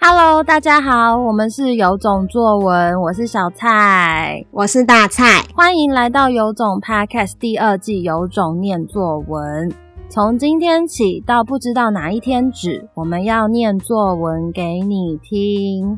Hello， 大家好，我们是有种作文，我是小蔡， 我是大蔡， 欢迎来到有种 Podcast 第2季有种念作文。从今天起到不知道哪一天止，我们要念作文给你听。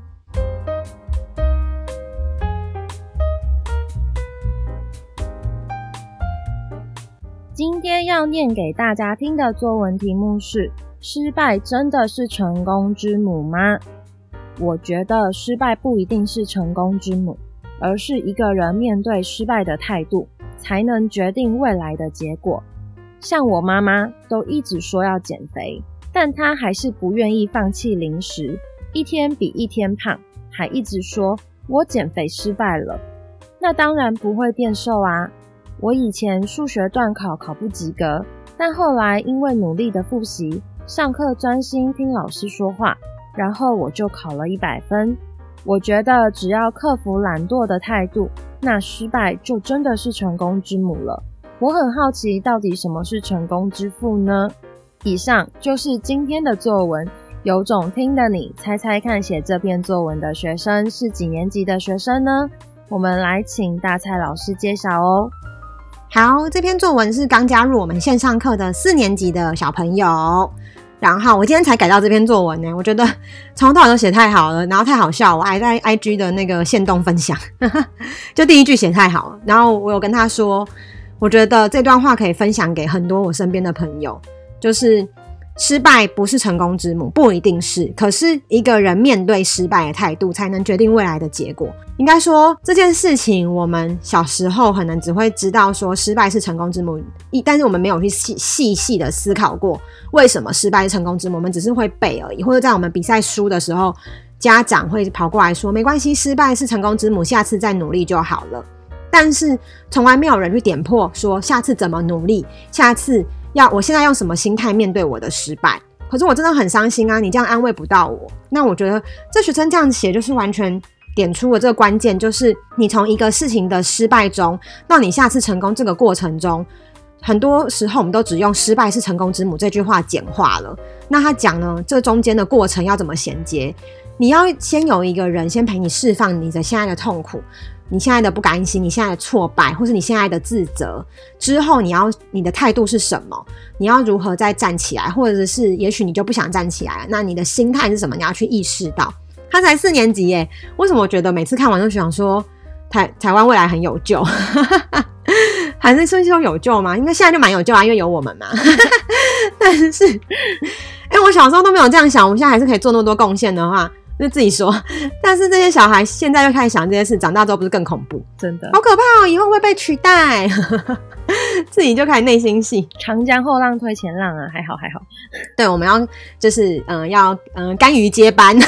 今天要念给大家听的作文题目是：失败真的是成功之母吗？我觉得失败不一定是成功之母，而是一个人面对失败的态度，才能决定未来的结果。像我妈妈都一直说要减肥，但她还是不愿意放弃零食，一天比一天胖，还一直说我减肥失败了。那当然不会变瘦啊。我以前数学段考考不及格，但后来因为努力的复习，上课专心听老师说话，然后我就考了100分。我觉得只要克服懒惰的态度，那失败就真的是成功之母了。我很好奇，到底什么是成功之父呢？以上就是今天的作文，有种听的你猜猜看，写这篇作文的学生是几年级的学生呢？我们来请大蔡老师揭晓哦。 好，这篇作文是刚加入我们线上课的4年级的小朋友。然后我今天才改到这篇作文呢，我觉得从头到尾都写太好了，然后太好笑，我还在 IG 的那个限动分享就第一句写太好了，然后我有跟他说，我觉得这段话可以分享给很多我身边的朋友，就是失败不是成功之母，不一定是，可是一个人面对失败的态度才能决定未来的结果。应该说这件事情我们小时候可能只会知道说失败是成功之母，但是我们没有去细细的思考过为什么失败是成功之母，我们只是会背而已，或者在我们比赛输的时候，家长会跑过来说没关系，失败是成功之母，下次再努力就好了。但是从来没有人去点破说下次怎么努力，下次我现在用什么心态面对我的失败。可是我真的很伤心啊，你这样安慰不到我。那我觉得这学生这样写就是完全点出了这个关键，就是你从一个事情的失败中到你下次成功这个过程中，很多时候我们都只用失败是成功之母这句话简化了。那他讲呢，这中间的过程要怎么衔接，你要先有一个人先陪你释放你的现在的痛苦，你现在的不甘心，你现在的挫败，或是你现在的自责，之后你的态度是什么，你要如何再站起来，或者是也许你就不想站起来了，那你的心态是什么，你要去意识到。他才4年级耶，为什么我觉得每次看完都想说台湾未来很有救还是说有救吗？应该现在就蛮有救啊，因为有我们嘛但是我小时候都没有这样想，我们现在还是可以做那么多贡献的话就自己说，但是这些小孩现在就开始想这些事，长大之后不是更恐怖？真的好可怕哦，以后会被取代自己就开始内心戏， 长江后浪推前浪啊，还好对，我们要就是甘于接班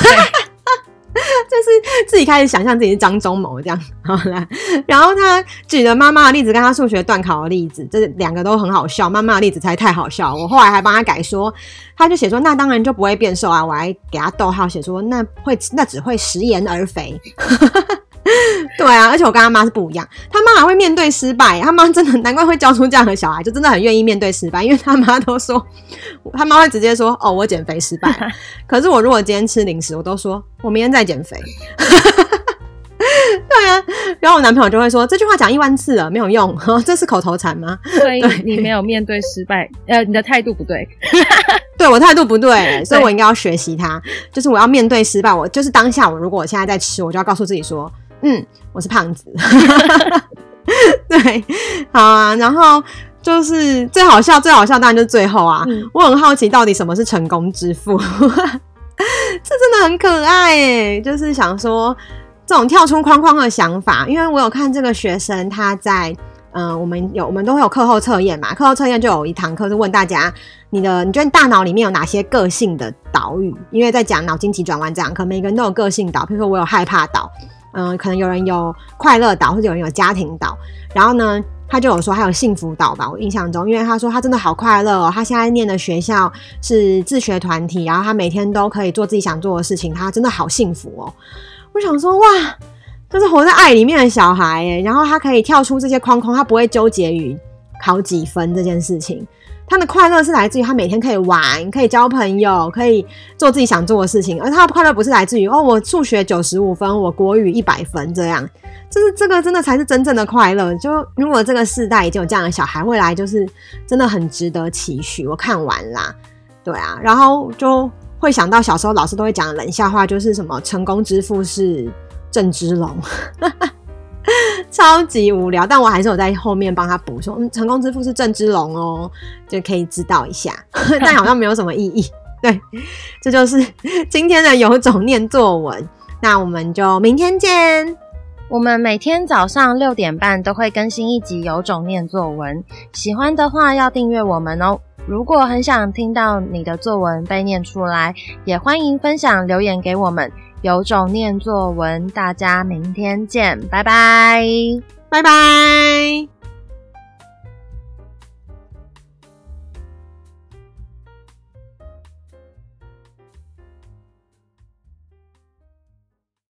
就是自己开始想象自己是张忠谋这样。好啦，然后他举了妈妈的例子跟他数学段考的例子，这2个都很好笑，妈妈的例子才太好笑，我后来还帮他改说，他就写说那当然就不会变瘦啊，我还给他逗号写说那只会食言而肥对啊，而且我跟他妈是不一样，他妈还会面对失败，他妈真的难怪会教出这样的小孩，就真的很愿意面对失败，因为他妈都说，他妈会直接说哦我减肥失败可是我如果今天吃零食，我都说我明天再减肥对啊，然后我男朋友就会说这句话讲10000次了没有用这是口头禅吗？ 所以你没有面对失败你的态度不对对，我态度不对，所以我应该要学习他，就是我要面对失败，我就是当下如果我现在在吃，我就要告诉自己说我是胖子对，好啊，然后就是最好笑当然就是最后啊我很好奇到底什么是成功之父这真的很可爱耶，就是想说这种跳出框框的想法，因为我有看这个学生他在我们都会有课后测验嘛，课后测验就有一堂课是问大家你觉得你大脑里面有哪些个性的岛屿，因为在讲脑筋急转弯这堂课，每个人都有个性岛，比如说我有害怕岛，可能有人有快乐岛，或者有人有家庭岛，然后呢他就有说还有幸福岛吧，我印象中，因为他说他真的好快乐哦，他现在念的学校是自学团体，然后他每天都可以做自己想做的事情，他真的好幸福哦。我想说哇，这是活在爱里面的小孩耶，然后他可以跳出这些框框，他不会纠结于考几分这件事情， 他的快乐是来自于他每天可以玩，可以交朋友，可以做自己想做的事情，而他的快乐不是来自于我数学95分，我国语100分这样，就是这个真的才是真正的快乐。就如果这个世代已经有这样的小孩，未来就是真的很值得期许。我看完啦，对啊，然后就会想到小时候老师都会讲的冷笑话，就是什么成功之父是郑芝龙超级无聊，但我还是有在后面帮他补说成功之父是郑芝龙哦，就可以知道一下但好像没有什么意义。对，这就是今天的有种念作文，那我们就明天见。 我们每天早上6点半都会更新一集有种念作文，喜欢的话要订阅我们哦。如果很想听到你的作文被念出来，也欢迎分享留言给我们。有种念作文，大家明天见，拜拜， 拜拜。